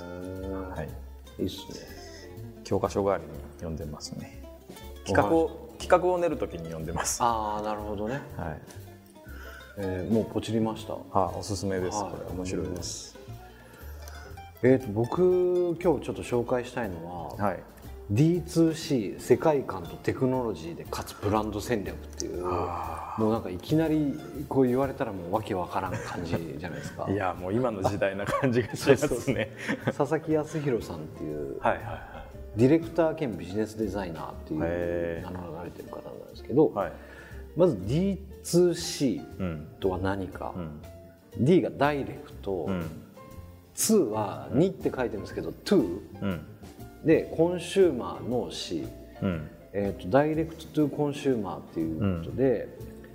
[SPEAKER 2] はい、
[SPEAKER 3] いいっすね。
[SPEAKER 2] 教科書代わりに読んでますね。企画を練るときに読んでます。
[SPEAKER 3] ああ、なるほどね。はい。もうポチりました。
[SPEAKER 2] おすすめです。これ面白いです。
[SPEAKER 3] 僕今日ちょっと紹介したいのは、D2C 世界観とテクノロジーでかつブランド戦略っていう、もうなんかいきなりこう言われたらもうわけわからん感じじゃないですか。
[SPEAKER 2] いやもう今の時代な感じがしますね。
[SPEAKER 3] 佐々木康弘さんっていうディレクター兼ビジネスデザイナーっていう名乗られてる方なんですけど、まず D2C とは何か、D がダイレクト、2は2って書いてるんですけど 2、でコンシューマーの C、ダイレクトトゥコンシューマーっていうことで、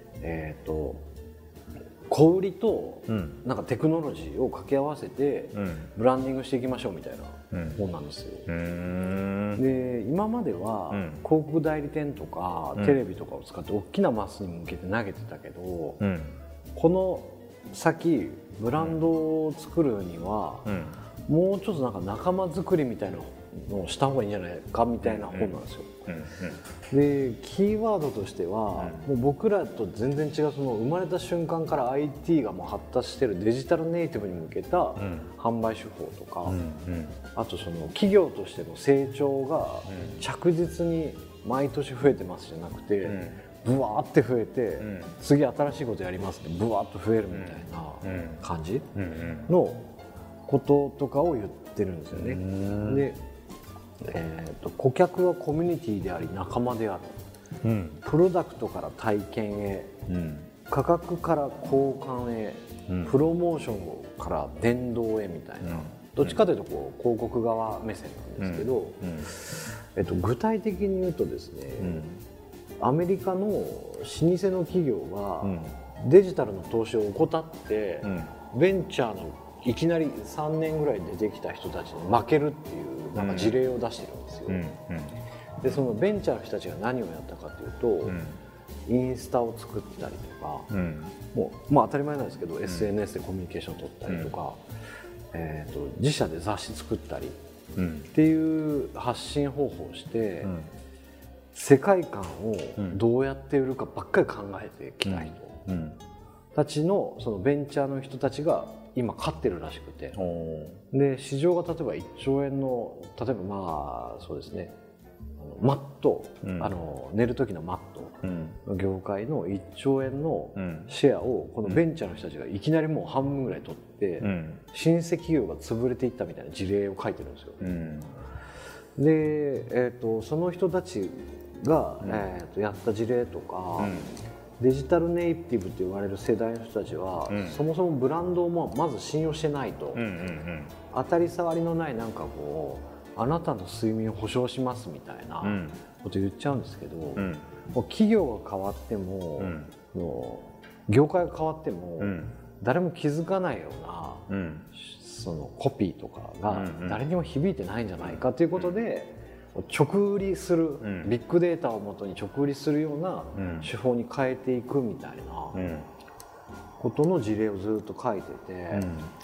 [SPEAKER 3] 小売りとなんかテクノロジーを掛け合わせてブランディングしていきましょうみたいな本なんですよ。で今までは広告代理店とかテレビとかを使って大きなマスに向けて投げてたけど、この先ブランドを作るにはもうちょっとなんか仲間作りみたいなのをした方がいいんじゃないかみたいな本なんですよ。でキーワードとしては、もう僕らと全然違うその生まれた瞬間から IT がもう発達してるデジタルネイティブに向けた販売手法とか、あとその企業としての成長が着実に毎年増えてますじゃなくて、ブワーって増えて、次新しいことやりますってブワーっと増えるみたいな感じのこととかを言ってるんですよね。で顧客はコミュニティであり仲間である、プロダクトから体験へ、価格から交換へ、プロモーションから伝道へみたいな、どっちかというとこう広告側目線なんですけど、具体的に言うとですね、アメリカの老舗の企業がデジタルの投資を怠って、ベンチャーのいきなり3年ぐらい出てきた人たちに負けるっていうなんか事例を出してるんですよ。でそのベンチャーの人たちが何をやったかというと、インスタを作ったりとか、もう当たり前なんですけど、SNS でコミュニケーションを取ったりとか、自社で雑誌作ったりっていう発信方法をして、世界観をどうやって売るかばっかり考えてきた人たちのそのベンチャーの人たちが今勝ってるらしくて、で市場が例えば1兆円の例えばまあそうですね、マット、寝る時のマットの業界の1兆円のシェアをこのベンチャーの人たちがいきなりもう半分ぐらい取って、新生企業が潰れていったみたいな事例を書いてるんですよ。で、その人たちが、やった事例とか、デジタルネイティブと言われる世代の人たちは、そもそもブランドをまず信用してないと、当たり障りのないなんかこうあなたの睡眠を保証しますみたいなこと言っちゃうんですけど、もう企業が変わっても、業界が変わっても、誰も気づかないような、そのコピーとかが誰にも響いてないんじゃないかということで、直売りする、ビッグデータをもとに直売りするような手法に変えていくみたいなことの事例をずっと書いてて、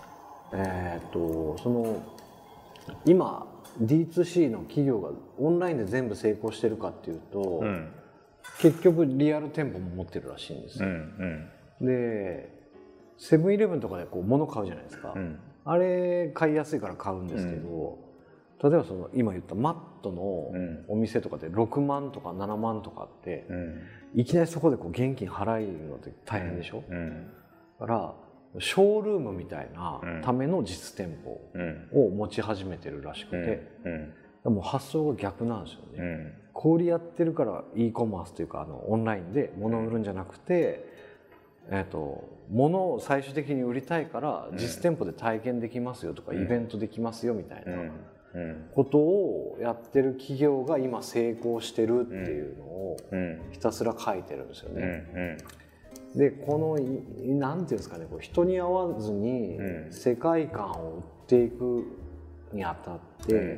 [SPEAKER 3] その今 D2C の企業がオンラインで全部成功してるかっていうと、結局リアル店舗も持ってるらしいんですよ。 でセブンイレブンとかでこう物買うじゃないですか、あれ買いやすいから買うんですけど、例えばその今言ったマットのお店とかで6万とか7万とかって、いきなりそこでこう現金払えるのって大変でしょ、だからショールームみたいなための実店舗を持ち始めてるらしくて、もう発想が逆なんですよね。小売りやってるから e コマースというかオンラインで物を売るんじゃなくて、物を最終的に売りたいから実店舗で体験できますよとかイベントできますよみたいなことをやってる企業が今成功してるっていうのをひたすら書いてるんですよね。でこのなんていうんですかね、こう人に合わずに世界観を売っていくにあたって、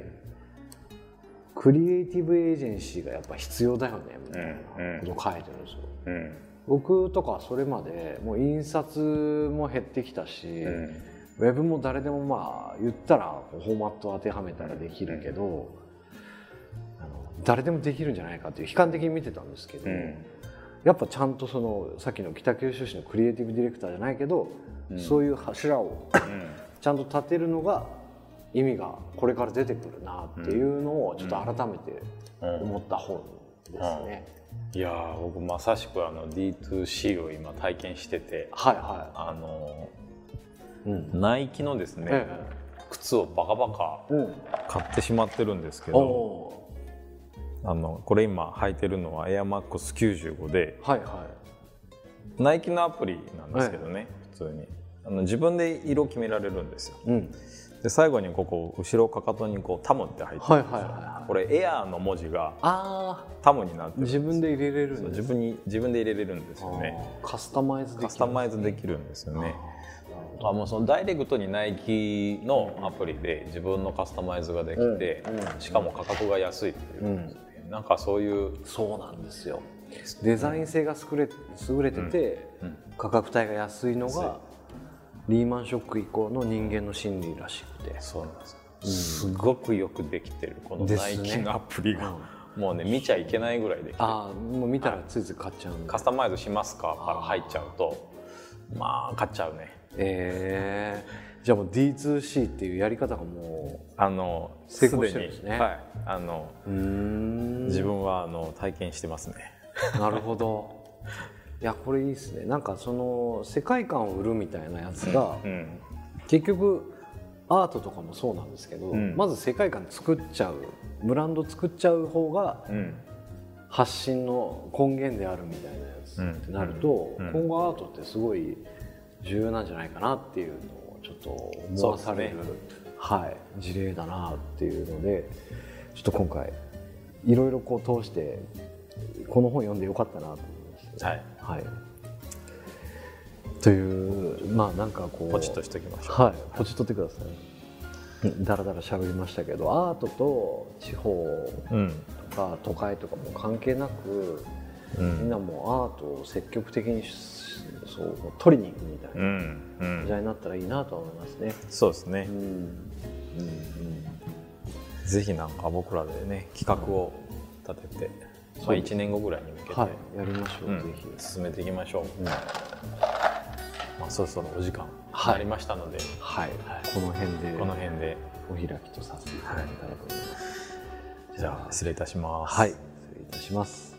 [SPEAKER 3] クリエイティブエージェンシーがやっぱ必要だよねみたいなことを書いてるんですよ。僕とかそれまでもう印刷も減ってきたし、ウェブも誰でもまあ言ったらフォーマットを当てはめたらできるけど、誰でもできるんじゃないかっていう悲観的に見てたんですけど、やっぱちゃんとそのさっきの北九州市のクリエイティブディレクターじゃないけど、そういう柱をちゃんと立てるのが意味がこれから出てくるなっていうのをちょっと改めて思った本ですね。
[SPEAKER 2] いやー、僕まさしくD2C を今体験してて、ナイキのですね、靴をバカバカ買ってしまってるんですけど、これ今履いてるのはエアマックス95で、ナイキのアプリなんですけどね、普通に自分で色決められるんですよ。で最後にここ後ろかかとにこうタムって入ってるんですよ。これエアーの文字がタムになってるんです。
[SPEAKER 3] 自分で入れれるんです。
[SPEAKER 2] 自分で入れれるんですよね。
[SPEAKER 3] カスタマイズ
[SPEAKER 2] できるんですよね。もうそのダイレクトにナイキのアプリで自分のカスタマイズができて、しかも価格が安いっていう、なんかそう
[SPEAKER 3] なんですよ。デザイン性が優れてて、価格帯が安いのがリーマンショック以降の人間の心理らしくて、
[SPEAKER 2] そうなんです。すごくよくできてるこのナイキのアプリが、もうね見ちゃいけないぐらいできてる。
[SPEAKER 3] もう見たらついつい買っちゃう。
[SPEAKER 2] カスタマイズしますかから入っちゃうと、まあ買っちゃうね。
[SPEAKER 3] じゃあもう D2C っていうやり方がもう成功してるんですね。
[SPEAKER 2] 自分は体験してますね。
[SPEAKER 3] なるほど。いやこれいいですね。なんかその世界観を売るみたいなやつが、結局アートとかもそうなんですけど、まず世界観作っちゃう、ブランド作っちゃう方が発信の根源であるみたいなやつってなると、今後アートってすごい重要なんじゃないかなっていうのをちょっと思わされる、事例だなっていうので、ちょっと今回いろいろこう通してこの本読んでよかったなと思いました。というなんかこう
[SPEAKER 2] ポチッとしておきましょう。
[SPEAKER 3] ポチッとってください。だらだら喋りましたけど、アートと地方とか都会とかも関係なく、みんなもアートを積極的に取りに行くみたいな時代になったらいいなと思いますね。
[SPEAKER 2] そうですね。ぜひなんか僕らでね企画を立てて、1年後ぐらいに向けてや
[SPEAKER 3] りましょう。ぜひ
[SPEAKER 2] 進めていきましょう。そろそろお時間になりましたので、
[SPEAKER 3] この辺で
[SPEAKER 2] お
[SPEAKER 3] 開きとさせていただきたいと思います。
[SPEAKER 2] じゃあ失礼いたします。
[SPEAKER 3] 失礼いたします。